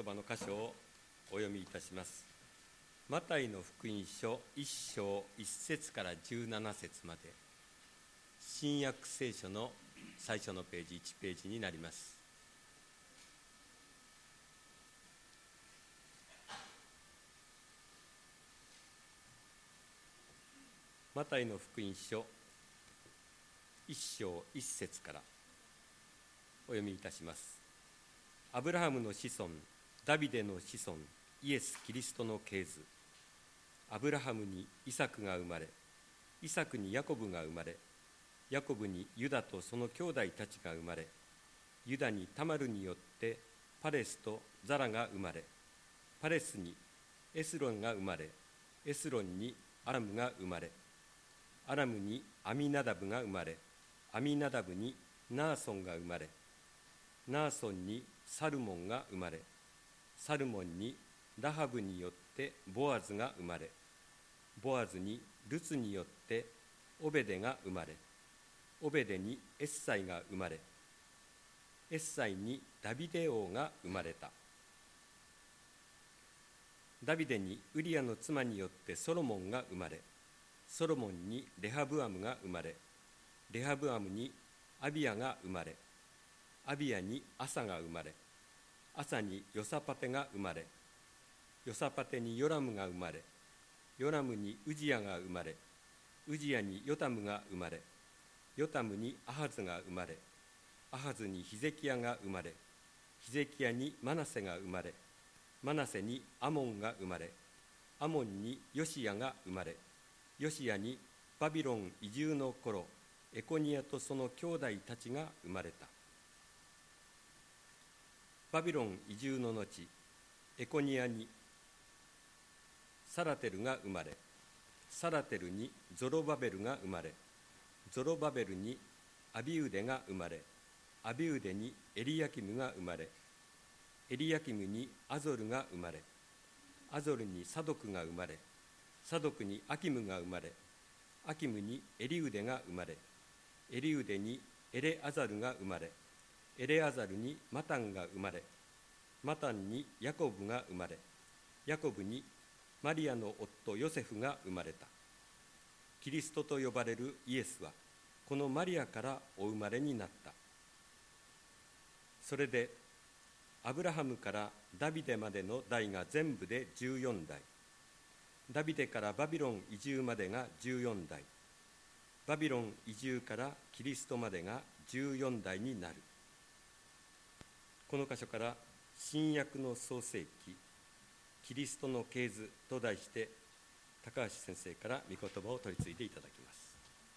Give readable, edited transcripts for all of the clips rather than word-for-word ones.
葉の箇所をお読みいたします。マタイの福音書1章1節から17節まで、新約聖書の最初のページ1ページになります。マタイの福音書1章1節からお読みいたします。アブラハムの子孫、ダビデの子孫、イエス・キリストの系図。アブラハムにイサクが生まれ、イサクにヤコブが生まれ、ヤコブにユダとその兄弟たちが生まれ、ユダにタマルによってパレスとザラが生まれ、パレスにエスロンが生まれ、エスロンにアラムが生まれ、アラムにアミナダブが生まれ、アミナダブにナーソンが生まれ、ナーソンにサルモンが生まれ、サルモンにラハブによってボアズが生まれ、ボアズにルツによってオベデが生まれ、オベデにエッサイが生まれ、エッサイにダビデ王が生まれた。ダビデにウリアの妻によってソロモンが生まれ、ソロモンにレハブアムが生まれ、レハブアムにアビヤが生まれ、アビヤにアサが生まれ、アサにヨサパテが生まれ、ヨサパテにヨラムが生まれ、ヨラムにウジヤが生まれ、ウジヤにヨタムが生まれ、ヨタムにアハズが生まれ、アハズにヒゼキヤが生まれ、ヒゼキヤにマナセが生まれ、マナセにアモンが生まれ、アモンにヨシヤが生まれ、ヨシヤにバビロン移住の頃、エコニアとその兄弟たちが生まれた。バビロン移住の後、エコニアにサラテルが生まれ、サラテルにゾロバベルが生まれ、ゾロバベルにアビウデが生まれ、アビウデにエリヤキムが生まれ、エリヤキムにアゾルが生まれ、アゾルにサドクが生まれ、サドクにアキムが生まれ、アキムにエリウデが生まれ、エリウデにエレアザルが生まれ、エレアザルにマタンが生まれ、マタンにヤコブが生まれ、ヤコブにマリアの夫ヨセフが生まれた。キリストと呼ばれるイエスはこのマリアからお生まれになった。それでアブラハムからダビデまでの代が全部で14代、ダビデからバビロン移住までが14代、バビロン移住からキリストまでが14代になる。この箇所から新約の創世記、キリストの系図と題して高橋先生から御言葉を取り次いでいただきます。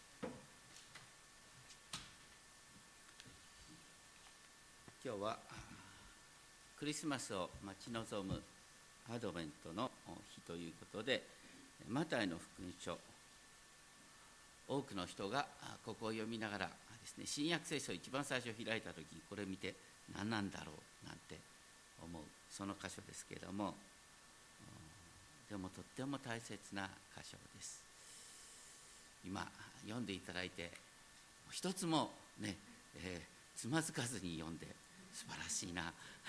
今日はクリスマスを待ち望むアドベントの日ということで、マタイの福音書、多くの人がここを読みながらですね、新約聖書を一番最初開いたとき、これ見て何なんだろうなんて思うその箇所ですけれども、でもとっても大切な箇所です。今読んでいただいて一つもね、つまずかずに読んで素晴らしいな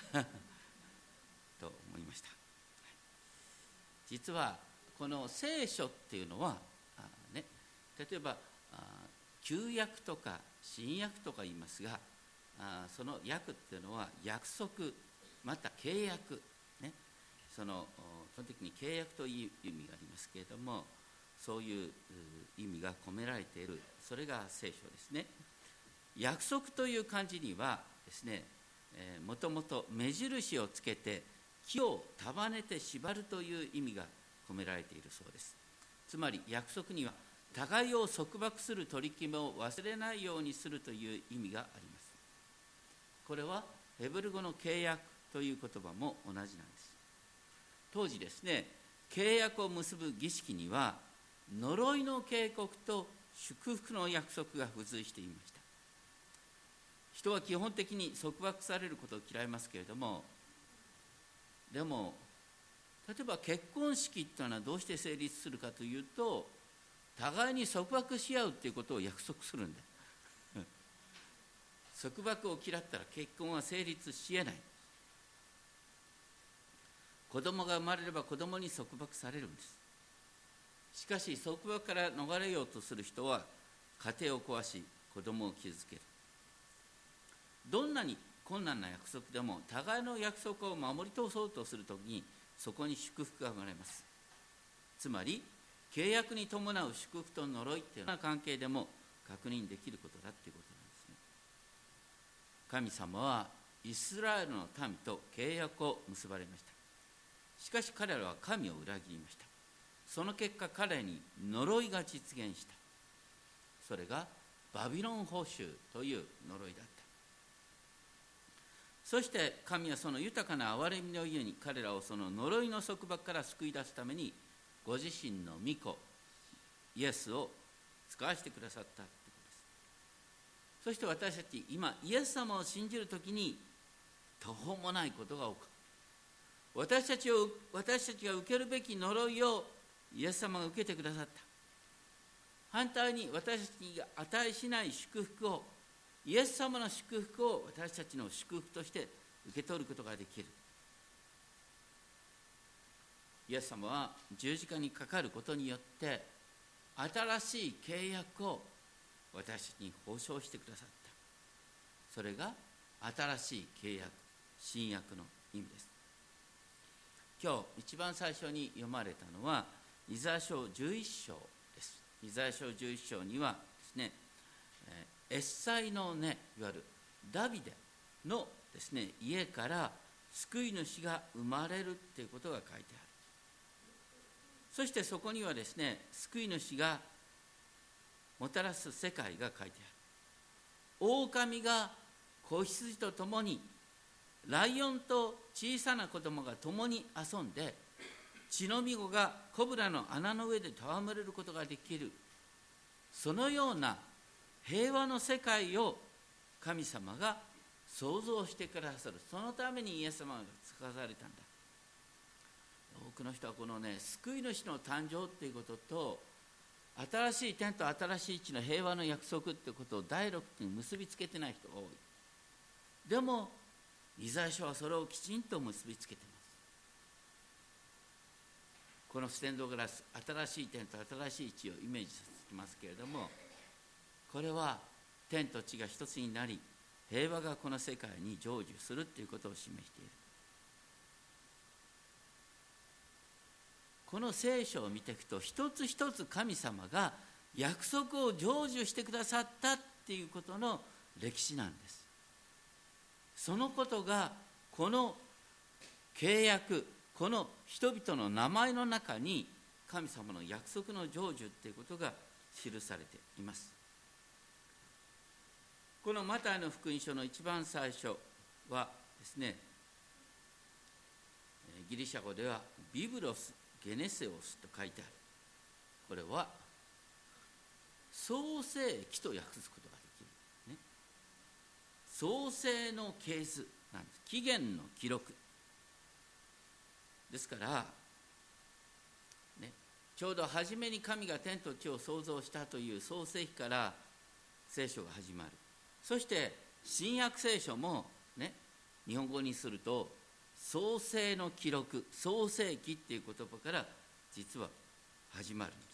と思いました。実はこの聖書っていうのはね、例えば旧約とか新約とか言いますが、その約っていうのは約束、また契約ね、その時に契約という意味がありますけれども、そういう意味が込められている、それが聖書ですね。約束という漢字にはですね、もともと目印をつけて木を束ねて縛るという意味が込められているそうです。つまり約束には互いを束縛する取り決めを忘れないようにするという意味があります。これはヘブル語の契約という言葉も同じなんです。当時ですね、契約を結ぶ儀式には呪いの警告と祝福の約束が付随していました。人は基本的に束縛されることを嫌いますけれども、でも例えば結婚式っていうのはどうして成立するかというと、互いに束縛し合うっていうことを約束するんだ。束縛を嫌ったら結婚は成立しえない。 子供が生まれれば子供に束縛されるんです。しかし束縛から逃れようとする人は家庭を壊し子供を傷つける。どんなに困難な約束でも互いの約束を守り通そうとするときにそこに祝福が生まれます。つまり契約に伴う祝福と呪いっていうような関係でも確認できることだっていうことなんですね。神様はイスラエルの民と契約を結ばれました。しかし彼らは神を裏切りました。その結果彼に呪いが実現した。それがバビロン捕囚という呪いだった。そして神はその豊かな憐れみのゆえに彼らをその呪いの束縛から救い出すためにご自身の御子イエスを使わせてくださったということです。そして私たち今イエス様を信じるときに途方もないことが起こる。私たちが受けるべき呪いをイエス様が受けてくださった。反対に私たちが値しない祝福を、イエス様の祝福を私たちの祝福として受け取ることができる。イエス様は十字架にかかることによって新しい契約を私たちに保証してくださった。それが新しい契約、新約の意味です。今日一番最初に読まれたのはイザヤ書11章です。イザヤ書11章にはですね、エッサイのね、いわゆるダビデのですね、家から救い主が生まれるっていうことが書いてある。そしてそこにはですね、救い主がもたらす世界が書いてある。狼が子羊と共に、ライオンと小さな子供が共に遊んで、血のみ子がコブラの穴の上で戯れることができる。そのような平和の世界を神様が創造してくださる。そのためにイエス様が使わされたんだ。多くの人はこのね、救い主の誕生っていうことと新しい天と新しい地の平和の約束っていうことをダイレクトに結びつけてない人が多い。でもイザヤ書はそれをきちんと結びつけています。このステンドグラス、新しい天と新しい地をイメージさせてますけれども、これは天と地が一つになり、平和がこの世界に成就するということを示している。この聖書を見ていくと、一つ一つ神様が約束を成就してくださったっていうことの歴史なんです。そのことがこの契約、この人々の名前の中に神様の約束の成就っていうことが記されています。このマタイの福音書の一番最初はですね、ギリシャ語ではビブロス・ゲネセオスと書いてある。これは創世記と訳すことができる、ね、創世の系図なんです。起源の記録ですから、ね、ちょうど初めに神が天と地を創造したという創世記から聖書が始まる。そして新約聖書も、ね、日本語にすると創世の記録、創世記っていう言葉から実は始まるんです。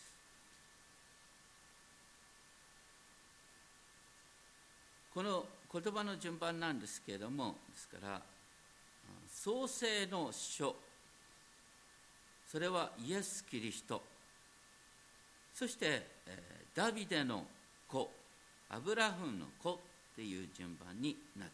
この言葉の順番なんですけれども、ですから創世の書、それはイエス・キリスト、そしてダビデの子、アブラハムの子っていう順番になっています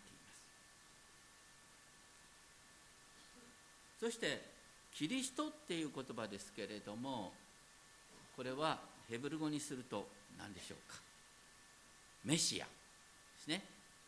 。そしてキリストっていう言葉ですけれども、これはヘブル語にすると何でしょうか。メシアですね。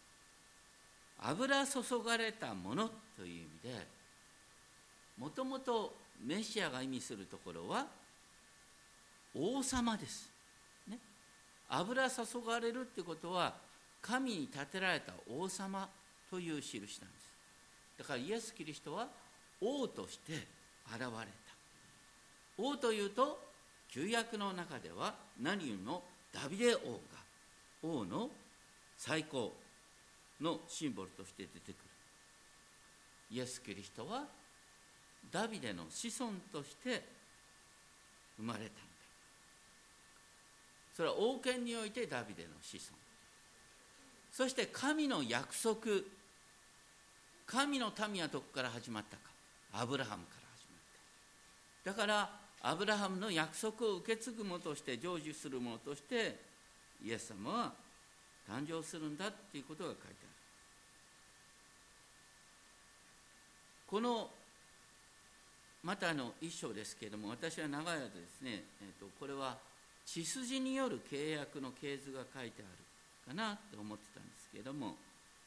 油注がれたものという意味で、もともとメシアが意味するところは王様です、ね、油注がれるってことは神に立てられた王様という印なんです。だからイエス・キリストは王として現れた。王というと旧約の中では何よりもダビデ王が王の最高のシンボルとして出てくる。イエス・キリストはダビデの子孫として生まれたんだ。それは王権においてダビデの子孫、そして神の約束、神の民はどこから始まったか、アブラハムから始まった。だからアブラハムの約束を受け継ぐ者として、成就する者としてイエス様は誕生するんだっていうことが書いてある。このマタイの一章ですけれども、私は長い間ですね、これは血筋による契約の系図が書いてあるかなと思ってたんですけれども、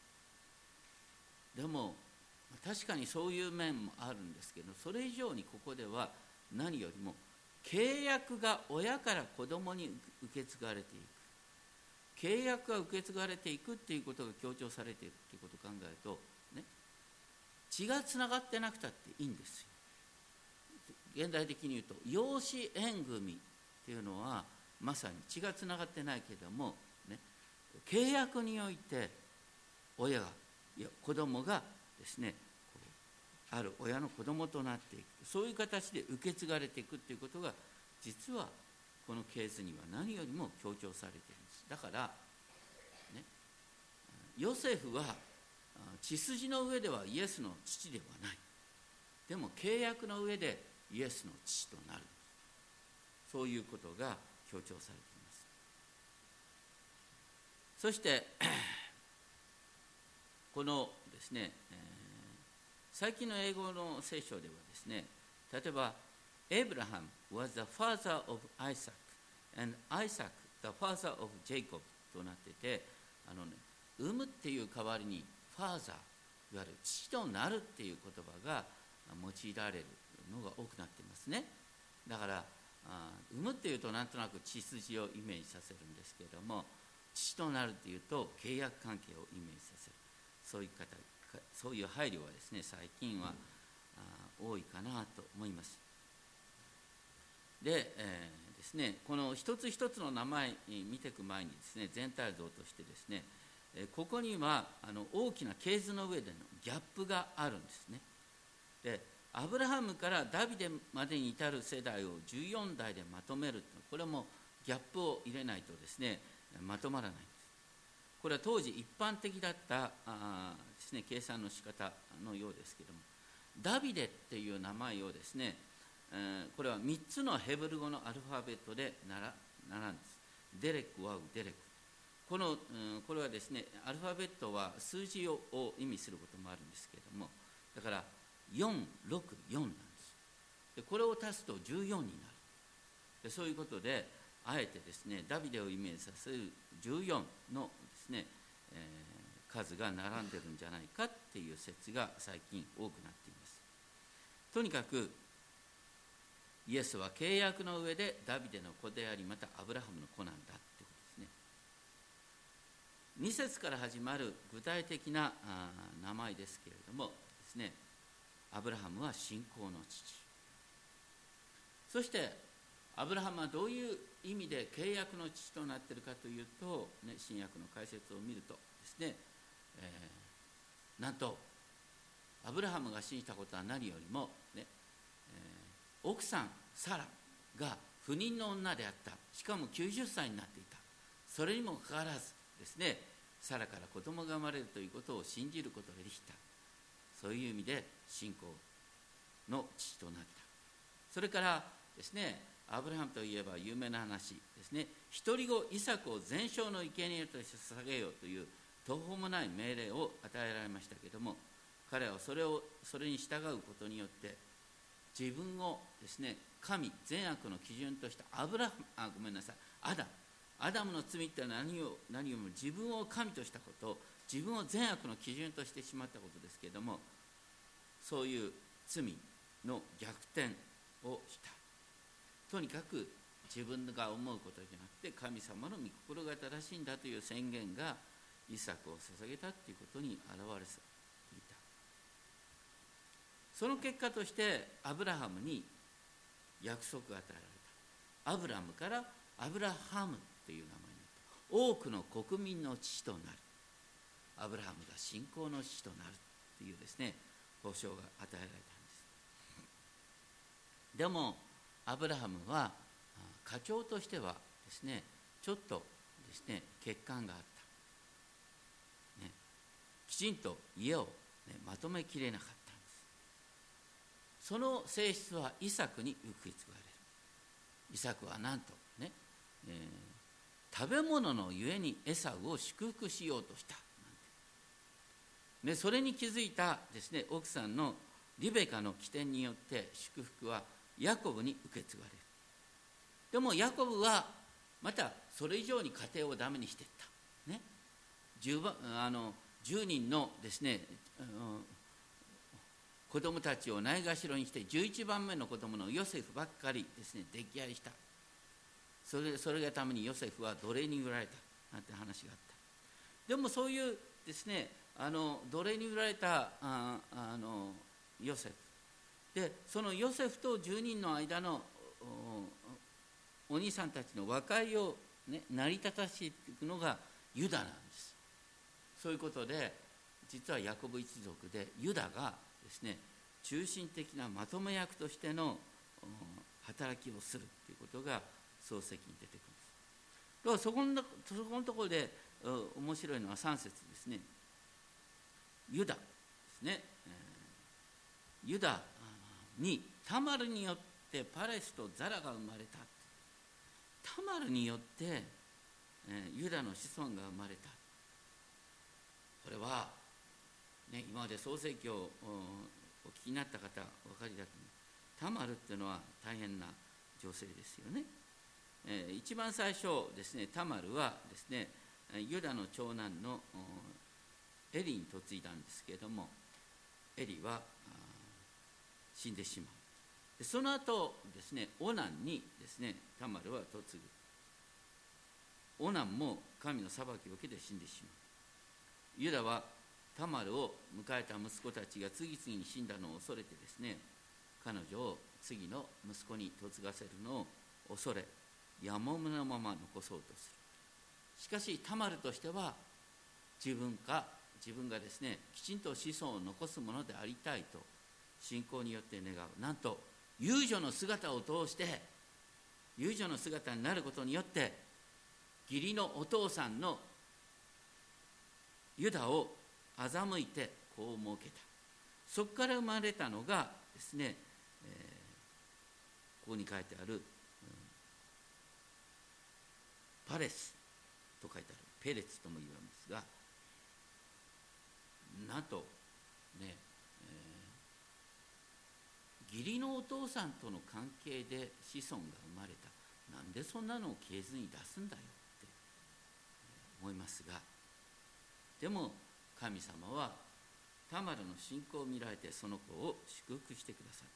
でも確かにそういう面もあるんですけど、それ以上にここでは何よりも契約が親から子供に受け継がれていく、契約が受け継がれていくっていうことが強調されているっていうことを考えるとね、血がつながってなくたっていいんですよ。現代的に言うと養子縁組っていうのはまさに血がつながってないけれども、ね、契約において親が、いや子供がですね、ある親の子供となっていく、そういう形で受け継がれていくということが実はこの系図には何よりも強調されているんです。だから、ね、ヨセフは血筋の上ではイエスの父ではない、でも契約の上でイエスの父となる、そういうことが強調されています。そしてこのですね、最近の英語の聖書ではですね、例えば Abraham was the father of Isaac and Isaac the father of Jacob となっていて、産むっていう代わりにファーザー、いわゆる父となるっていう言葉が用いられるのが多くなっていますね。だから産むっていうとなんとなく血筋をイメージさせるんですけれども、父となるっていうと契約関係をイメージさせる、そういう配慮はですね、最近は多いかなと思います。で、ですね、この一つ一つの名前見ていく前にですね、全体像としてですね、ここには大きな系図の上でのギャップがあるんですね。で、アブラハムからダビデまでに至る世代を14代でまとめる、これもギャップを入れないとですね、まとまらないんです。これは当時一般的だったですね、計算の仕方のようですけれども、ダビデっていう名前をですね、これは3つのヘブル語のアルファベットで並んです。デレック、ワウ、デレク。これはですね、アルファベットは数字を意味することもあるんですけれども、だから464なんです。でこれを足すと14になる。でそういうことであえてですね、ダビデをイメージさせる14のですね、数が並んでるんじゃないかっていう説が最近多くなっています。とにかくイエスは契約の上でダビデの子であり、またアブラハムの子なんだってことですね。2節から始まる具体的な名前ですけれどもですね、アブラハムは信仰の父、そしてアブラハムはどういう意味で契約の父となっているかというと、ね、新約の解説を見るとですね、なんとアブラハムが信じたことは何よりも、ね、奥さんサラが不妊の女であった、しかも90歳になっていた、それにもかかわらずですね、サラから子供が生まれるということを信じることができた、そういう意味で信仰の父となった。それからですね、アブラハムといえば有名な話ですね、一人子イサクを全焼の生贄として捧げようという途方もない命令を与えられましたけれども、彼はそれに従うことによって自分をですね、神善悪の基準としたアダムの罪って何よりも自分を神としたこと、自分を善悪の基準としてしまったことですけれども、そういう罪の逆転をした。とにかく自分が思うことじゃなくて神様の御心が正しいんだという宣言がイサクを捧げたということに表れていた。その結果としてアブラハムに約束が与えられた。アブラムからアブラハムという名前になった。多くの国民の父となる。アブラハムが信仰の父となるというですね、保証が与えられたんです。 でもアブラハムは家長としてはですね、ちょっとですね欠陥があった、ね、きちんと家を、ね、まとめきれなかったんです。その性質はイサクに受け継がれる。イサクはなんとね、食べ物のゆえにエサウを祝福しようとしたなんて、ね、それに気づいたですね奥さんのリベカの起点によって祝福はヤコブに受け継がれる。でもヤコブはまたそれ以上に家庭をダメにしていった、ね、10人のですね、子供たちをないがしろにして11番目の子供のヨセフばっかりですね溺愛した。それがためにヨセフは奴隷に売られたなんて話があった。でもそういうですね奴隷に売られたヨセフで、そのヨセフと10人の間のお兄さんたちの和解を、ね、成り立たせていくのがユダなんです。そういうことで実はヤコブ一族でユダがですね中心的なまとめ役としての働きをするということが創世記に出てくるんです。だからそこのところで面白いのは3節ですね。ユダですね、ユダにタマルによってパレスとザラが生まれた。タマルによって、ユダの子孫が生まれた。これは、ね、今まで創世記をお聞きになった方お分かりだと思う。タマルっていうのは大変な女性ですよね。一番最初ですねタマルはですねユダの長男のエリに嫁いだんですけれども、エリは死んでしまう。でその後ですねオナンにですねタマルは嫁ぐ。オナンも神の裁きを受けて死んでしまう。ユダはタマルを迎えた息子たちが次々に死んだのを恐れてですね、彼女を次の息子に嫁がせるのを恐れ、やもめのまま残そうとする。しかしタマルとしては自分がですねきちんと子孫を残すものでありたいと信仰によって願う。なんと遊女の姿を通して遊女の姿になることによって義理のお父さんのユダを欺いて子を設けた。そこから生まれたのがですね、ここに書いてある、パレスと書いてあるペレツとも言われますが、なんとね、義理のお父さんとの関係で子孫が生まれた。なんでそんなのを消えずに出すんだよって思いますが、でも神様はタマルの信仰を見られてその子を祝福してくださった。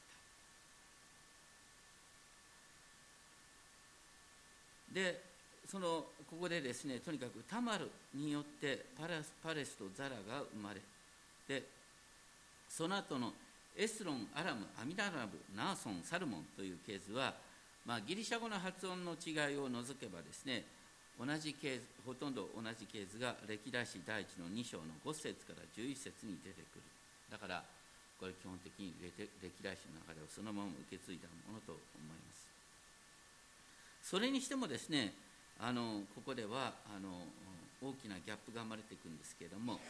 でここでですねとにかくタマルによってパレスとザラが生まれ、でその後のエスロン、アラム、アミナダブ、ナーソン、サルモンという系図は、ギリシャ語の発音の違いを除けばですねほとんど同じ系図が歴代史第1の2章の5節から11節に出てくる。だからこれ基本的に歴代史の中ではそのまま受け継いだものと思います。それにしてもですねここでは大きなギャップが生まれていくんですけれども、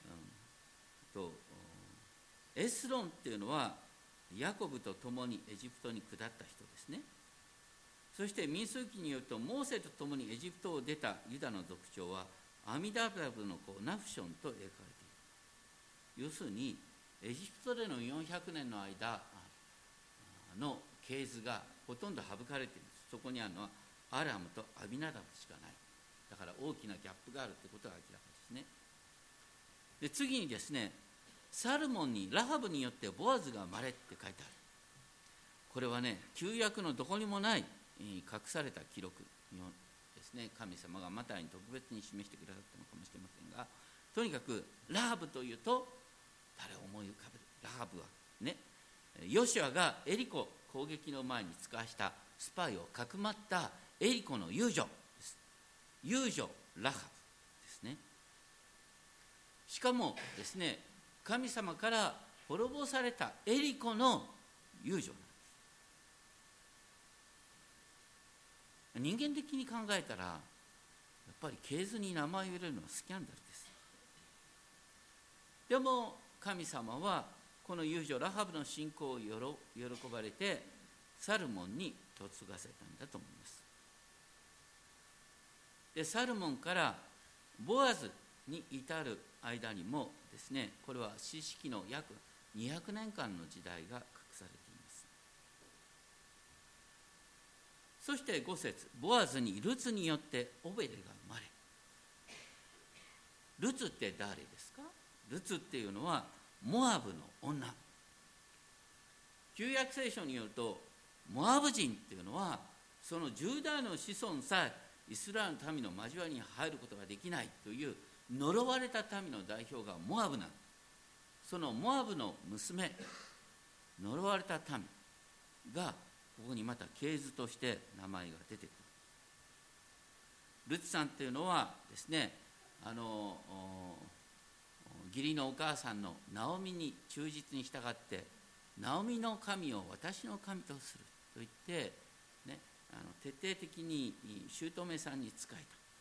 エスロンっていうのはヤコブと共にエジプトに下った人ですね。そして民数記によるとモーセと共にエジプトを出たユダの族長はアミダダブの子ナフションと描かれている。要するにエジプトでの400年の間の系図がほとんど省かれているんです。そこにあるのはアラムとアビナダブしかない。だから大きなギャップがあるということが明らかですね。で次にですねサルモンにラハブによってボアズが生まれって書いてある。これはね旧約のどこにもない隠された記録ですね。神様がマタイに特別に示してくださったのかもしれませんが、とにかくラハブというと誰を思い浮かべる。ラハブはねヨシュアがエリコ攻撃の前に使わしたスパイをかくまったエリコの遊女です。遊女ラハブですね。しかもですね神様から滅ぼされたエリコの遊女なんです。 人間的に考えたらやっぱり系図に名前を入れるのはスキャンダルです。でも神様はこの遊女ラハブの信仰を喜ばれてサルモンに嫁がせたんだと思います。でサルモンからボアズに至る間にもですね、これは士式の約200年間の時代が隠されています。そして5節、ボアズにルツによってオベデが生まれ。ルツって誰ですか？ルツっていうのはモアブの女。旧約聖書によるとモアブ人っていうのはその10代の子孫さえイスラエルの民の交わりに入ることができないという呪われた民の代表がモアブなんです。そのモアブの娘、呪われた民がここにまた系図として名前が出てくる。ルツさんっていうのはですね、義理のお母さんのナオミに忠実に従ってナオミの神を私の神とすると言って、ね、徹底的に姑さんに仕えた。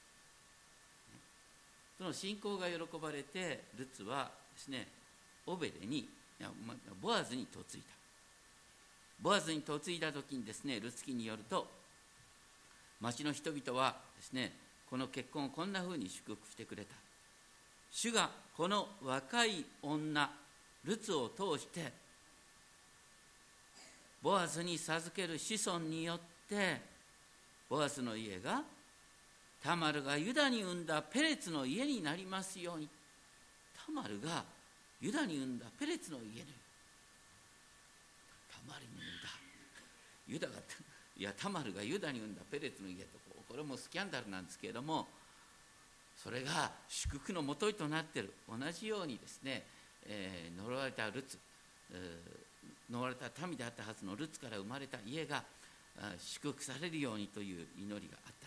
その信仰が喜ばれてルツはですね、オベデにボアズに嫁いだ。ボアズに嫁いだ時にですね、ルツ記によると町の人々はですね、この結婚をこんなふうに祝福してくれた。主がこの若い女ルツを通してボアズに授ける子孫によってボアズの家がタマルがユダに産んだペレツの家になりますように。タマルがユダに産んだペレツの家に、タマルに産んだユダが、いやタマルがユダに産んだペレツの家と、これもスキャンダルなんですけれども、それが祝福のもととなっている。同じようにですね、呪われたルツ、呪われた民であったはずのルツから生まれた家が祝福されるようにという祈りがあった。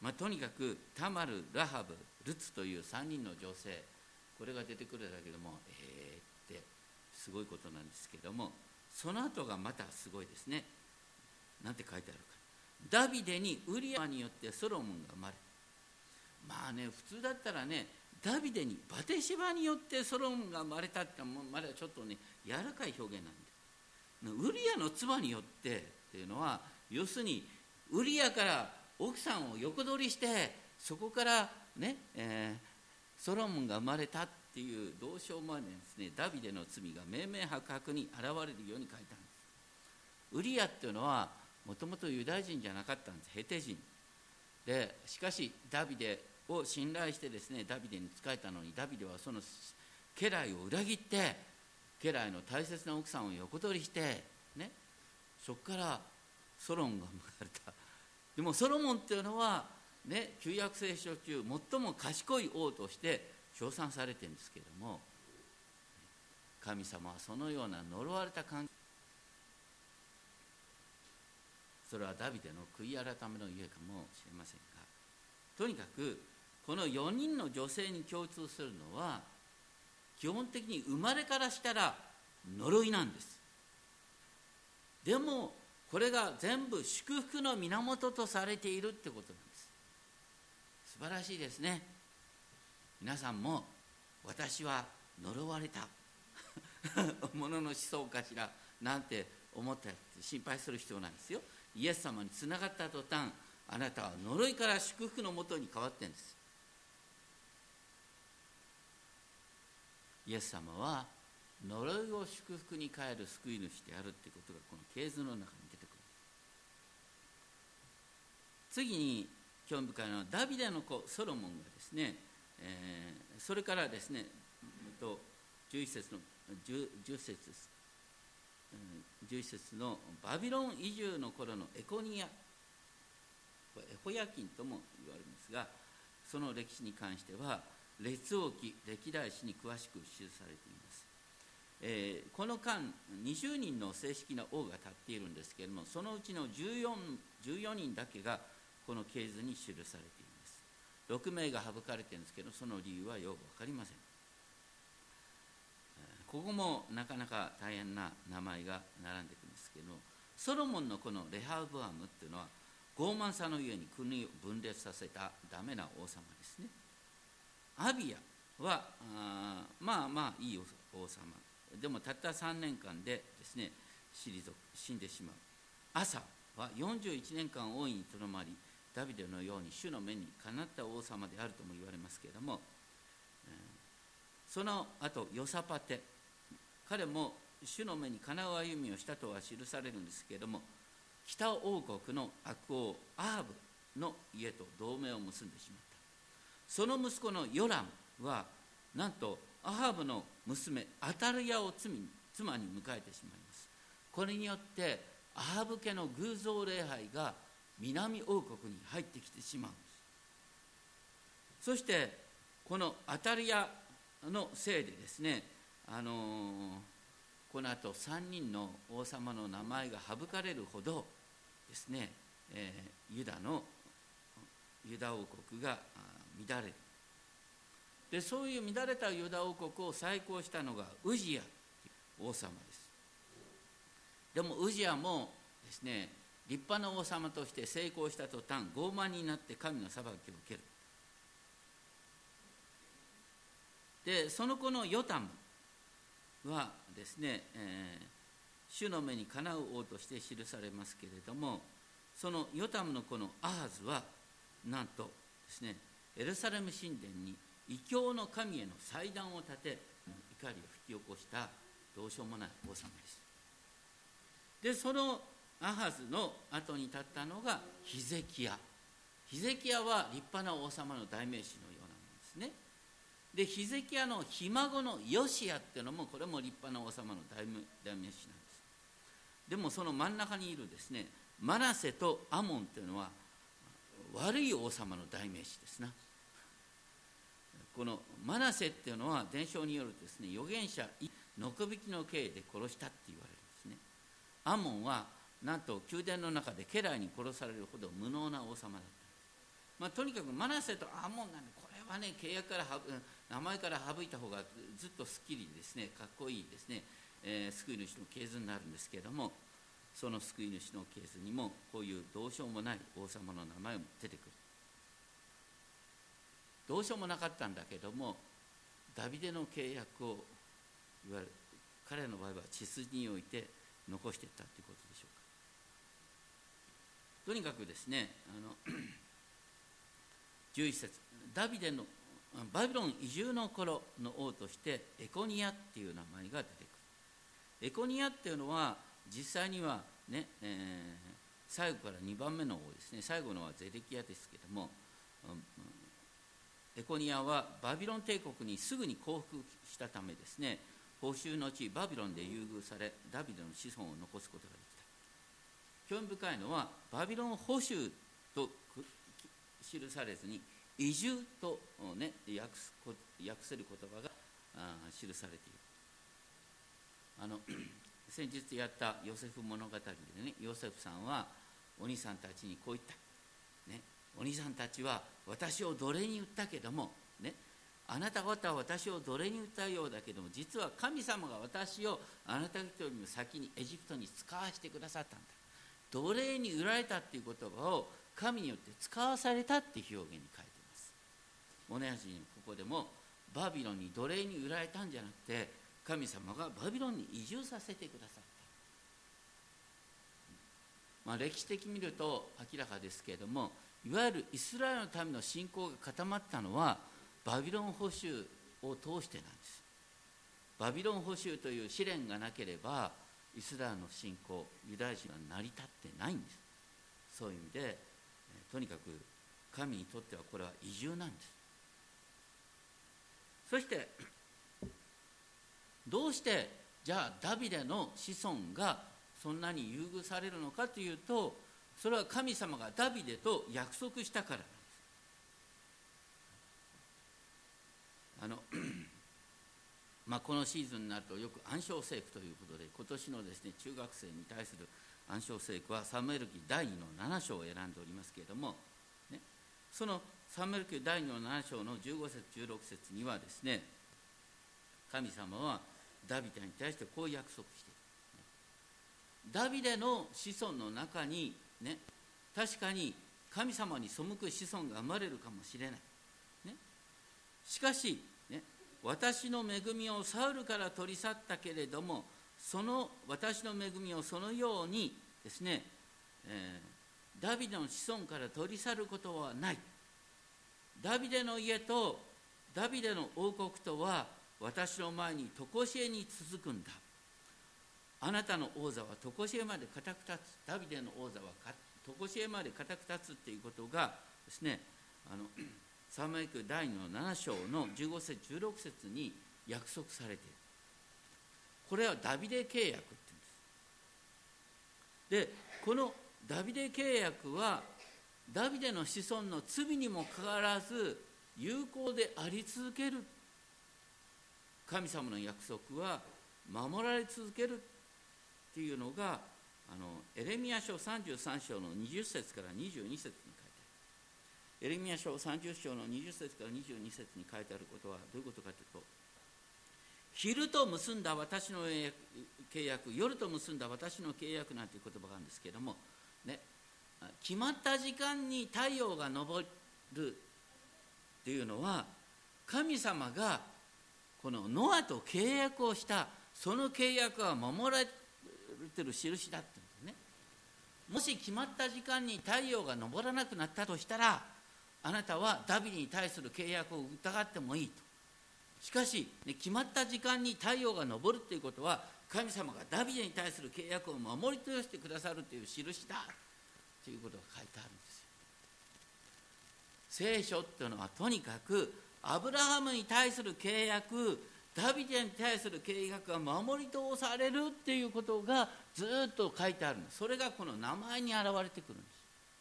とにかくタマル、ラハブ、ルツという3人の女性、これが出てくるだけでもってすごいことなんですけども、その後がまたすごいですね。なんて書いてあるか。ダビデにウリアによってソロモンが生まれ。普通だったらね、ダビデにバテシバによってソロモンが生まれたってまだちょっとね柔らかい表現なんで、ウリアの妻によってっていうのは、要するにウリアから奥さんを横取りしてそこからね、ソロモンが生まれたっていうどうしようもないですね、ダビデの罪が明々白々に現れるように書いたんです。ウリアっていうのはもともとユダヤ人じゃなかったんです。ヘテ人で、しかしダビデを信頼してですね、ダビデに仕えたのに、ダビデはその家来を裏切って家来の大切な奥さんを横取りしてね、そこからソロモンが生まれた。でもソロモンっていうのはね、旧約聖書中最も賢い王として称賛されてるんですけれども、神様はそのような呪われた関係、それはダビデの悔い改めのゆえかもしれませんが、とにかくこの4人の女性に共通するのは、基本的に生まれからしたら呪いなんです。でもこれが全部祝福の源とされているってことなんです。素晴らしいですね。皆さんも私は呪われたものの思想かしらなんて思って心配する必要ないですよ。イエス様につながった途端、あなたは呪いから祝福のもとに変わってるんです。イエス様は呪いを祝福に変える救い主であるということがこの系図の中に出てくる。次に興味深いのはダビデの子ソロモンがですね、それからですね、11節の10節です。11節のバビロン移住の頃のエコニア、エホヤキンとも言われますが、その歴史に関しては列王記歴代史に詳しく記されています。この間20人の正式な王が立っているんですけれども、そのうちの14人だけがこの系図に記されています。6名が省かれているんですけど、その理由はよく分かりません。ここもなかなか大変な名前が並んでくるんですけど、ソロモンのこのレハブアムっていうのは傲慢さのゆえに国を分裂させたダメな王様ですね。アビヤはまあまあいい王様でもたった3年間でですね死んでしまう。アサは41年間王位にとどまり、ダビデのように主の目にかなった王様であるとも言われますけれども、その後ヨサパテ、彼も主の目にかなう歩みをしたとは記されるんですけれども、北王国の悪王アーブの家と同盟を結んでしまった。その息子のヨラムはなんとアハブの娘アタルヤを妻に迎えてしまいます。これによってアハブ家の偶像礼拝が南王国に入ってきてしまうんです。そしてこのアタルヤのせいでですね、この後3人の王様の名前が省かれるほどですね、ユダ王国が乱れる。でそういう乱れたユダ王国を再興したのがウジヤ王様です。でもウジヤもですね、立派な王様として成功した途端、傲慢になって神の裁きを受ける。でその子のヨタムはですね、主の目にかなう王として記されますけれども、そのヨタムの子のアハズはなんとですね、エルサレム神殿に異教の神への祭壇を建て、怒りを引き起こしたどうしようもない王様です。でそのアハズの後に立ったのがヒゼキヤ。ヒゼキヤは立派な王様の代名詞のようなものですね。でヒゼキヤのひ孫のヨシアっていうのも、これも立派な王様の代名詞なんです。でもその真ん中にいるですね、マナセとアモンっていうのは悪い王様の代名詞ですな。このマナセっていうのは伝承によるとですね、預言者ノコビキの刑で殺したって言われるんですね。アモンはなんと宮殿の中で家来に殺されるほど無能な王様だった。とにかくマナセとアモンなんで、これはね、契約から名前から省いた方がずっとすっきりですね、かっこいいですね、救い主の系図になるんですけれども、その救い主の系図にもこういうどうしようもない王様の名前も出てくる。どうしようもなかったんだけども、ダビデの契約をいわゆる彼の場合は血筋において残していったということでしょうか。とにかくですね、11節、ダビデのバビロン移住の頃の王としてエコニヤっていう名前が出てくる。エコニヤっていうのは実際にはね、最後から2番目の王ですね。最後のはゼデキヤですけども、エコニヤはバビロン帝国にすぐに降伏したためですね、報酬の地バビロンで優遇され、ダビデの子孫を残すことができた。興味深いのは、バビロン捕囚と記されずに移住と、ね、訳せる言葉が記されている。先日やったヨセフ物語でね、ヨセフさんはお兄さんたちにこう言った、ね、お兄さんたちは私を奴隷に売ったけども、ね、あなた方は私を奴隷に売ったようだけども、実は神様が私をあなた方よりも先にエジプトに使わせてくださったんだ。奴隷に売られたっていう言葉を神によって使わされたっていう表現に書いています。同じにここでもバビロンに奴隷に売られたんじゃなくて、神様がバビロンに移住させてくださった。歴史的に見ると明らかですけれども、いわゆるイスラエルの民の信仰が固まったのはバビロン捕囚を通してなんです。バビロン捕囚という試練がなければイスラエルの信仰、ユダヤ人は成り立ってないんです。そういう意味でとにかく神にとってはこれは移住なんです。そしてどうしてじゃあダビデの子孫がそんなに優遇されるのかというと、それは神様がダビデと約束したからなんです。このシーズンになるとよく暗唱聖句ということで、今年のですね、中学生に対する暗唱聖句はサムエル記第2の7章を選んでおりますけれども、ね、そのサムエル記第2の7章の15節16節にはですね、神様はダビデに対してこう約束している。ダビデの子孫の中にね、 確かに神様に背く子孫が生まれるかもしれない、ね、しかし、ね、私の恵みをサウルから取り去ったけれども、その私の恵みをそのようにですね、ダビデの子孫から取り去ることはない。ダビデの家とダビデの王国とは私の前に常しえに続くんだ。あなたの王座は常しえまで固く立つ。ダビデの王座は常しえまで固く立つっていうことがですね、サムエル記第2の7章の15節16節に約束されている。これはダビデ契約って言うんです。で、このダビデ契約はダビデの子孫の罪にもかかわらず有効であり続ける。神様の約束は守られ続けるっていうのがエレミヤ書33章の20節から22節に書いてある。エレミヤ書30章の20節から22節に書いてあることはどういうことかというと、昼と結んだ私の契約、夜と結んだ私の契約なんていう言葉があるんですけれども、ね、決まった時間に太陽が昇るっていうのは、神様がこのノアと契約をした、その契約は守られてる印だって言うんですね。もし決まった時間に太陽が昇らなくなったとしたら、あなたはダビデに対する契約を疑ってもいいと。しかし、決まった時間に太陽が昇るということは、神様がダビデに対する契約を守り通してくださるという印だということが書いてあるんですよ。聖書というのはとにかくアブラハムに対する契約、ダビデに対する契約が守り通されるっていうことがずっと書いてあるんです。それがこの名前に現れてくるんです。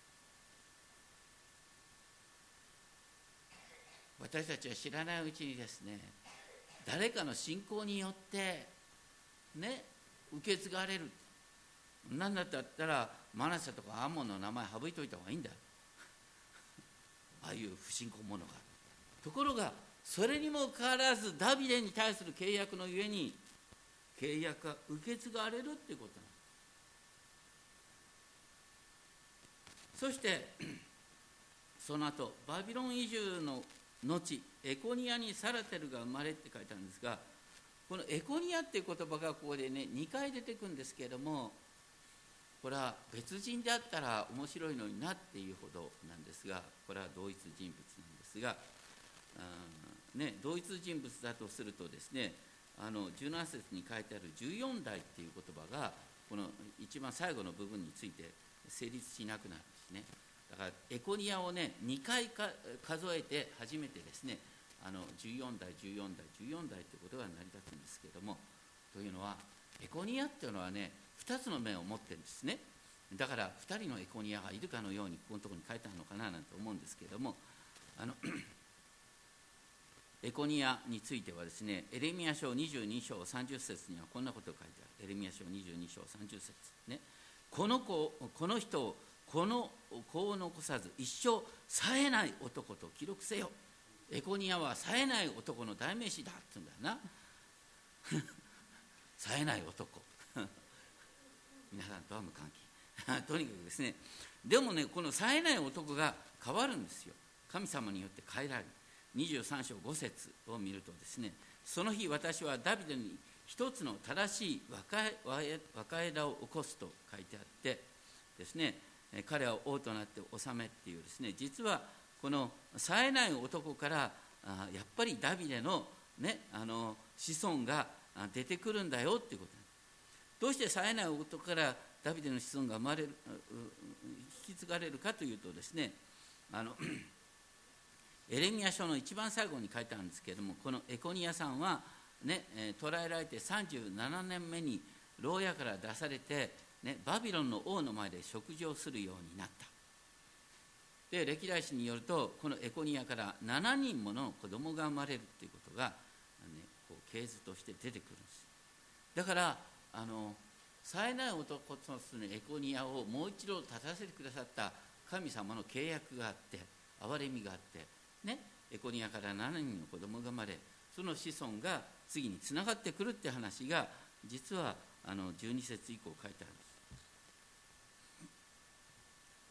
私たちは知らないうちにですね、誰かの信仰によってね、受け継がれる。なんだったらマナセとかアモンの名前省いといた方がいいんだよああいう不信仰者が。ところがそれにもかかわらずダビデに対する契約のゆえに契約が受け継がれるっていうことなんです。そしてその後バビロン移住の後、エコニアにサラテルが生まれって書いてあるんですが、このエコニアっていう言葉がここでね2回出てくるんですけれども、これは別人であったら面白いのになっていうほどなんですが、これは同一人物なんですが、同一人物だとするとですね、17節に書いてある14代っていう言葉がこの一番最後の部分について成立しなくなるんですね。だからエコニアをね2回数えて初めてですね、14代14代14代ということが成り立つんですけれども、というのはエコニアっていうのはね2つの面を持ってるんですね。だから2人のエコニアがいるかのようにここのところに書いてあるのかななんて思うんですけれども、エコニアについてはですね、エレミヤ書22章30節にはこんなことが書いてある。エレミヤ書22章30節ね、この人をこの子を残さず一生冴えない男と記録せよ。エコニアは冴えない男の代名詞だって言うんだよな冴えない男皆さんとは無関係とにかくですね、でもねこの冴えない男が変わるんですよ。神様によって変えられる。23章5節を見るとですね、その日私はダビデに一つの正しい若枝を起こすと書いてあってですね、彼は王となって治めっていうですね、実はこの冴えない男からやっぱりダビデの、ね、子孫が出てくるんだよっていうこと。どうして冴えない男からダビデの子孫が生まれる引き継がれるかというとですね、エレミヤ書の一番最後に書いてあるんですけれども、このエコニアさんは、ね、捕らえられて37年目に牢屋から出されて、ね、バビロンの王の前で食事をするようになった。で歴代史によるとこのエコニアから7人もの子供が生まれるということが、こう系図として出てくるんです。だから冴えない男とするエコニアをもう一度立たせてくださった神様の契約があって憐れみがあってね、エコニアから7人の子供が生まれ、その子孫が次につながってくるって話が実は12節以降書いてあるんです。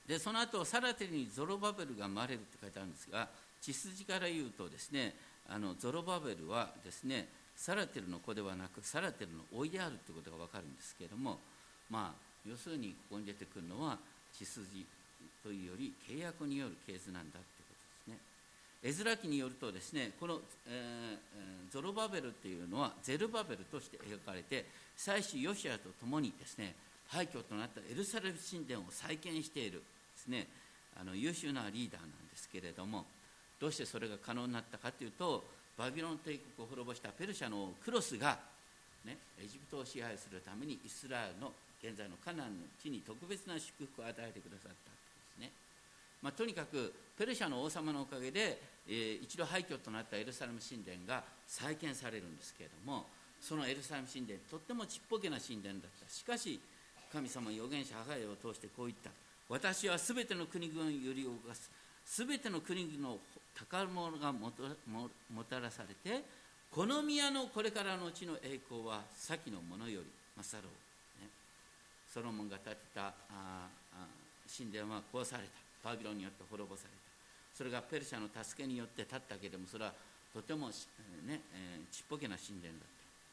でその後サラテルにゾロバベルが生まれるって書いてあるんですが、血筋から言うとですね、ゾロバベルはですねサラテルの子ではなくサラテルの甥であるということが分かるんですけれども、要するにここに出てくるのは血筋というより契約による系図なんだということですね。エズラ記によるとですね、この、ゾロバベルっていうのはゼルバベルとして描かれて、祭司ヨシアと共にですね廃墟となったエルサレム神殿を再建しているですね、優秀なリーダーなんですけれども、どうしてそれが可能になったかというと、バビロン帝国を滅ぼしたペルシャのクロスが、エジプトを支配するためにイスラエルの現在のカナンの地に特別な祝福を与えてくださったんですね。とにかくペルシャの王様のおかげで、一度廃墟となったエルサレム神殿が再建されるんですけれども、そのエルサレム神殿とってもちっぽけな神殿だった。しかし神様預言者ハガイを通してこう言った。私はすべての国々を揺り動かす、すべての国々の宝物がもたらされて、この宮のこれからの地の栄光は先のものより勝ろう、ソロモンが建てた神殿は壊された。バビロンによって滅ぼされた。それがペルシャの助けによって建ったけれども、それはとても、ちっぽけな神殿だった。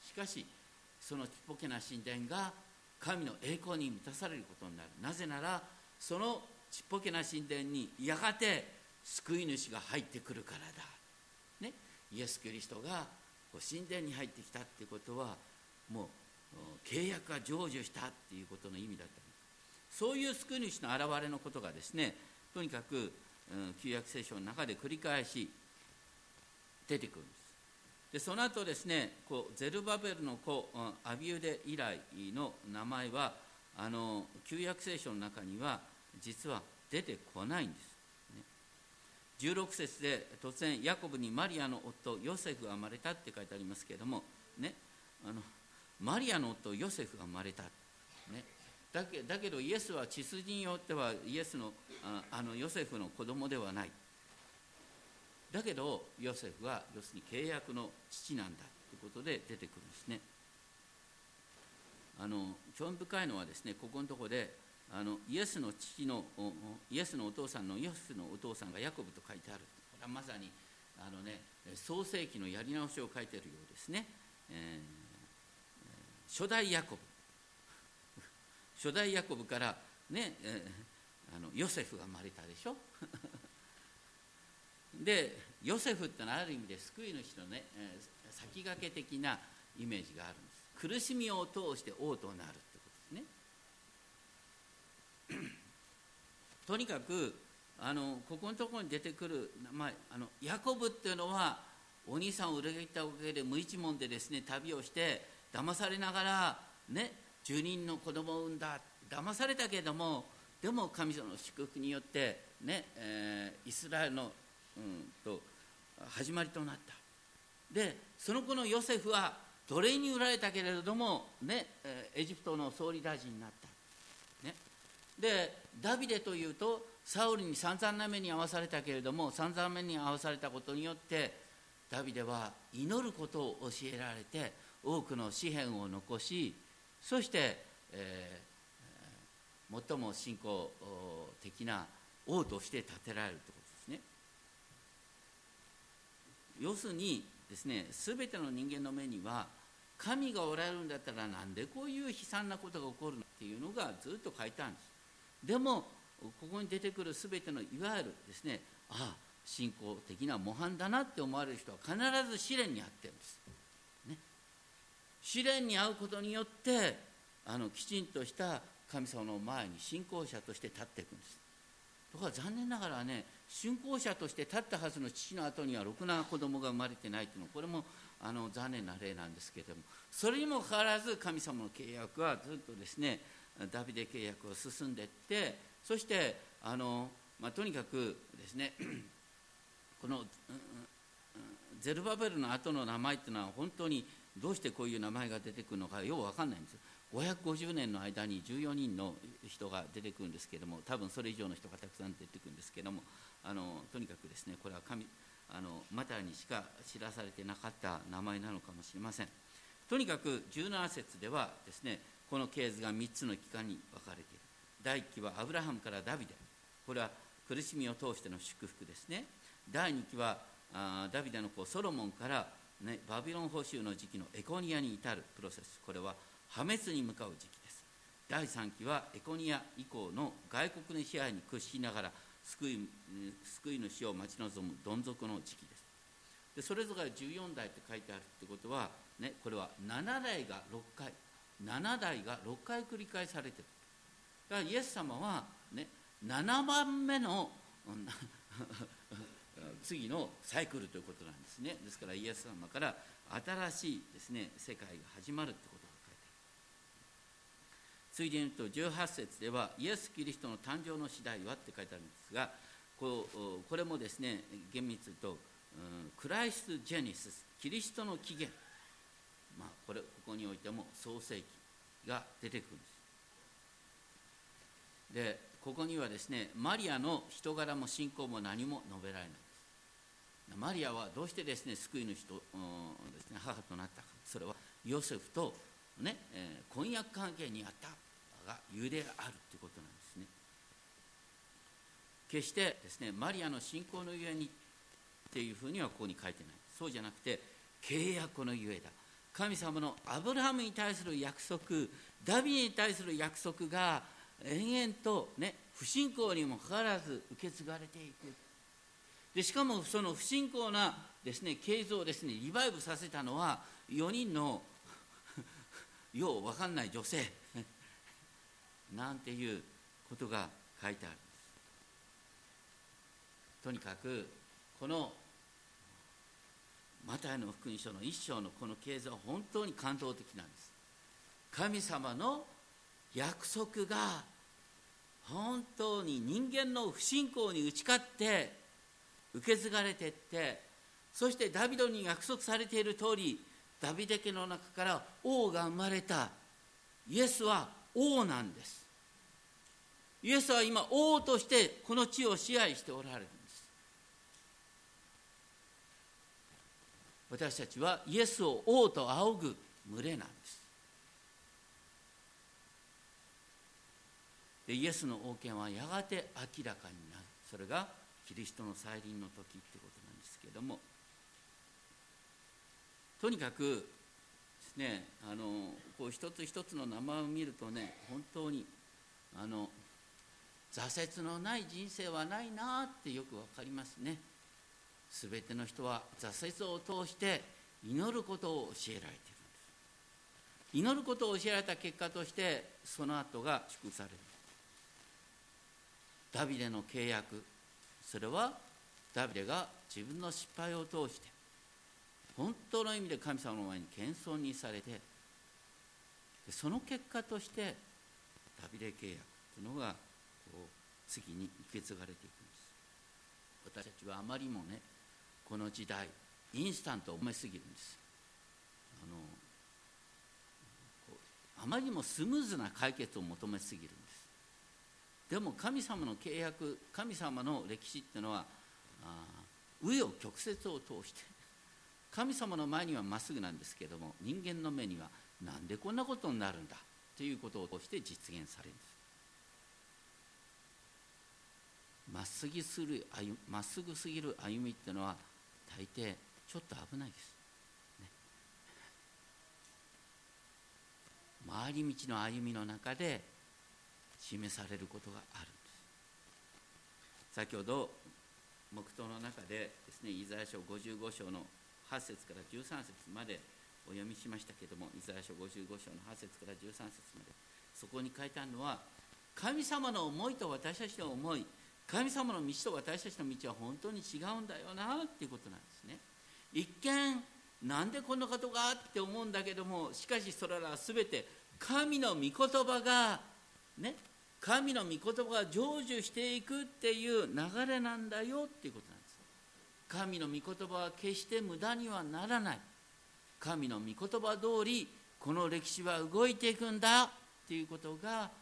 しかしそのちっぽけな神殿が神の栄光に満たされることになる。なぜならそのちっぽけな神殿にやがて救い主が入ってくるからだ、イエス・キリストが神殿に入ってきたっていうことは、もう契約が成就したっていうことの意味だった。そういう救い主の現れのことがですね、とにかく旧約聖書の中で繰り返し出てくるんです。でその後ですね、ゼルバベルの子アビュデ以来の名前は旧約聖書の中には実は出てこないんです、16節で突然ヤコブにマリアの夫ヨセフが生まれたって書いてありますけれども、マリアの夫ヨセフが生まれた、だけどイエスは血筋によってはイエスのヨセフの子供ではない。だけどヨセフは要するに契約の父なんだということで出てくるんですね。興味深いのはですね、ここのところでイエスのお父さんがヤコブと書いてある。これはまさに創世記のやり直しを書いているようですね。初代ヤコブからヨセフが生まれたでしょでヨセフってのはある意味で救い主の先駆け的なイメージがあるんです。苦しみを通して王となるってことですね。とにかくここのところに出てくる名前、ヤコブっていうのはお兄さんを裏切ったおかげで無一文でですね旅をして騙されながら10人の子供を産んだ。騙されたけれども、でも神様の祝福によってイスラエルの始まりとなった。でその子のヨセフは奴隷に売られたけれども、エジプトの総理大臣になった、でダビデというとサウルに散々な目に遭わされたけれども、散々な目に遭わされたことによってダビデは祈ることを教えられて多くの詩篇を残し、そして、最も信仰的な王として立てられるということですね。要するにですね、すべての人間の目には神がおられるんだったらなんでこういう悲惨なことが起こるのっていうのがずっと書いてあるんです。でもここに出てくるすべてのいわゆるですね、信仰的な模範だなって思われる人は必ず試練に遭ってるんです、試練に遭うことによってきちんとした神様の前に信仰者として立っていくんです。ところが残念ながら信仰者として立ったはずの父の後にはろくな子供が生まれてないというのは、これも残念な例なんですけれども、それにもかかわらず神様の契約はずっとですねダビデ契約を進んでいって、そしてとにかくですねこのゼルバベルの後の名前というのは本当にどうしてこういう名前が出てくるのかよう分かんないんです。550年の間に14人の人が出てくるんですけれども、多分それ以上の人がたくさん出てくるんですけれども、とにかくですねこれはマタイにしか知らされてなかった名前なのかもしれません。とにかく17節ではですね、この系図が3つの期間に分かれている。第1期はアブラハムからダビデ、 これは苦しみを通しての祝福ですね。第2期はダビデの子ソロモンから、ね、バビロン捕囚の時期のエコニアに至るプロセス、これは破滅に向かう時期です。第3期はエコニア以降の外国の支配に屈しながら救い主を待ち望むどん底の時期です。でそれぞれ14代って書いてあるってことは、ね、これは7代が6回繰り返されている。だからイエス様は、ね、7番目の次のサイクルということなんですね。ですからイエス様から新しいですね、世界が始まるということが書いてある。ついでに言うと18節ではイエス・キリストの誕生の次第はって書いてあるんですが、これもですね、厳密に言うとクライスト・ジェネシス、キリストの起源、ここにおいても創世記が出てくるんです。でここにはですね、マリアの人柄も信仰も何も述べられないです。マリアはどうしてですね、救い主とですね、母となったか、それはヨセフと、ね婚約関係にあったがゆえであるということなんですね。決してですね、マリアの信仰のゆえにっていうふうにはここに書いてない。そうじゃなくて契約のゆえだ。神様のアブラハムに対する約束、ダビデに対する約束が延々と、ね、不信仰にもかかわらず受け継がれていく。でしかもその不信仰なですね、系図をですね、リバイブさせたのは4人のよう分かんない女性なんていうことが書いてあるんです。とにかくこのマタイの福音書の1章のこの系図は本当に感動的なんです。神様の約束が本当に人間の不信仰に打ち勝って受け継がれていって、そしてダビデに約束されている通り、ダビデ家の中から王が生まれた。イエスは王なんです。イエスは今王としてこの地を支配しておられるんです。私たちはイエスを王と仰ぐ群れなんです。でイエスの王権はやがて明らかになる。それがキリストの再臨の時ってことなんですけれども、とにかくですね、こう一つ一つの名前を見るとね、本当に挫折のない人生はないなってよくわかりますね。すべての人は挫折を通して祈ることを教えられているんです。祈ることを教えられた結果としてその後が祝福される。ダビデの契約、それはダビデが自分の失敗を通して本当の意味で神様の前に謙遜にされて、その結果としてダビデ契約というのがこう次に受け継がれていくんです。私たちはあまりもね、この時代インスタントを求めすぎるんです。あまりにもスムーズな解決を求めすぎるんです。でも神様の契約、神様の歴史っていうのは紆余曲折を通して、神様の前にはまっすぐなんですけれども、人間の目にはなんでこんなことになるんだということを通して実現されるんです。まっすぐすぎる歩みっていうのは大抵ちょっと危ないです、ね、回り道の歩みの中で示されることがあるんです。先ほど黙祷の中でですね、イザヤ書55章の8節から13節までお読みしましたけれども、イザヤ書55章の8節から13節まで、そこに書いてあるのは、神様の思いと私たちの思い、神様の道と私たちの道は本当に違うんだよなっていうことなんですね。一見なんでこんなことがって思うんだけども、しかしそれらは全て神の御言葉がね、神の御言葉が成就していくっていう流れなんだよっていうことなんです。神の御言葉は決して無駄にはならない。神の御言葉通りこの歴史は動いていくんだっていうことが書いてある。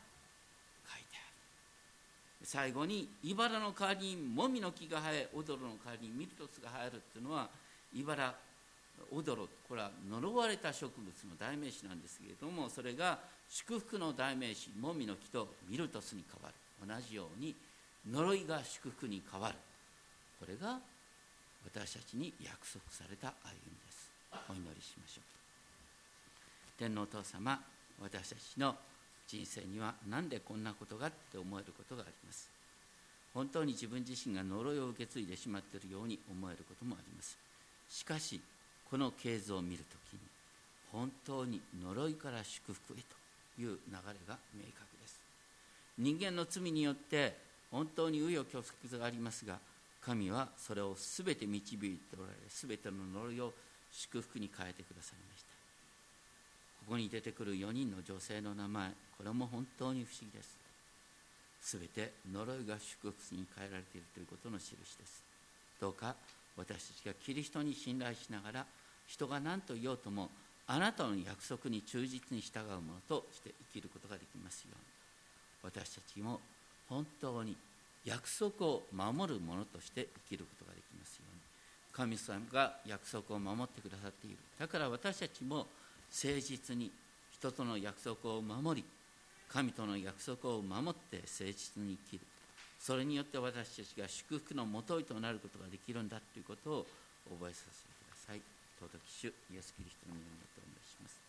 最後に茨の代わりにもみの木が生え、オドロの代わりにミルトスが生えるっていうのは、茨、オドロ、これは呪われた植物の代名詞なんですけれども、それが祝福の代名詞もみの木とミルトスに変わる。同じように呪いが祝福に変わる。これが私たちに約束された歩みです。お祈りしましょう。天皇お父様、私たちの人生にはなんでこんなことがって思えることがあります。本当に自分自身が呪いを受け継いでしまっているように思えることもあります。しかしこの系図を見るときに本当に呪いから祝福へという流れが明確です。人間の罪によって本当に紆余曲折がありますが、神はそれをすべて導いておられ、すべての呪いを祝福に変えてくださいました。ここに出てくる4人の女性の名前、これも本当に不思議です。すべて呪いが祝福に変えられているということの印です。どうか私たちがキリストに信頼しながら、人が何と言おうともあなたの約束に忠実に従うものとして生きることができますように、私たちも本当に約束を守るものとして生きることができますように、神様が約束を守ってくださっている。だから私たちも誠実に人との約束を守り、神との約束を守って誠実に生きる。それによって私たちが祝福のもといとなることができるんだということを覚えさせてください。尊き主イエスキリストの皆によってお願いします。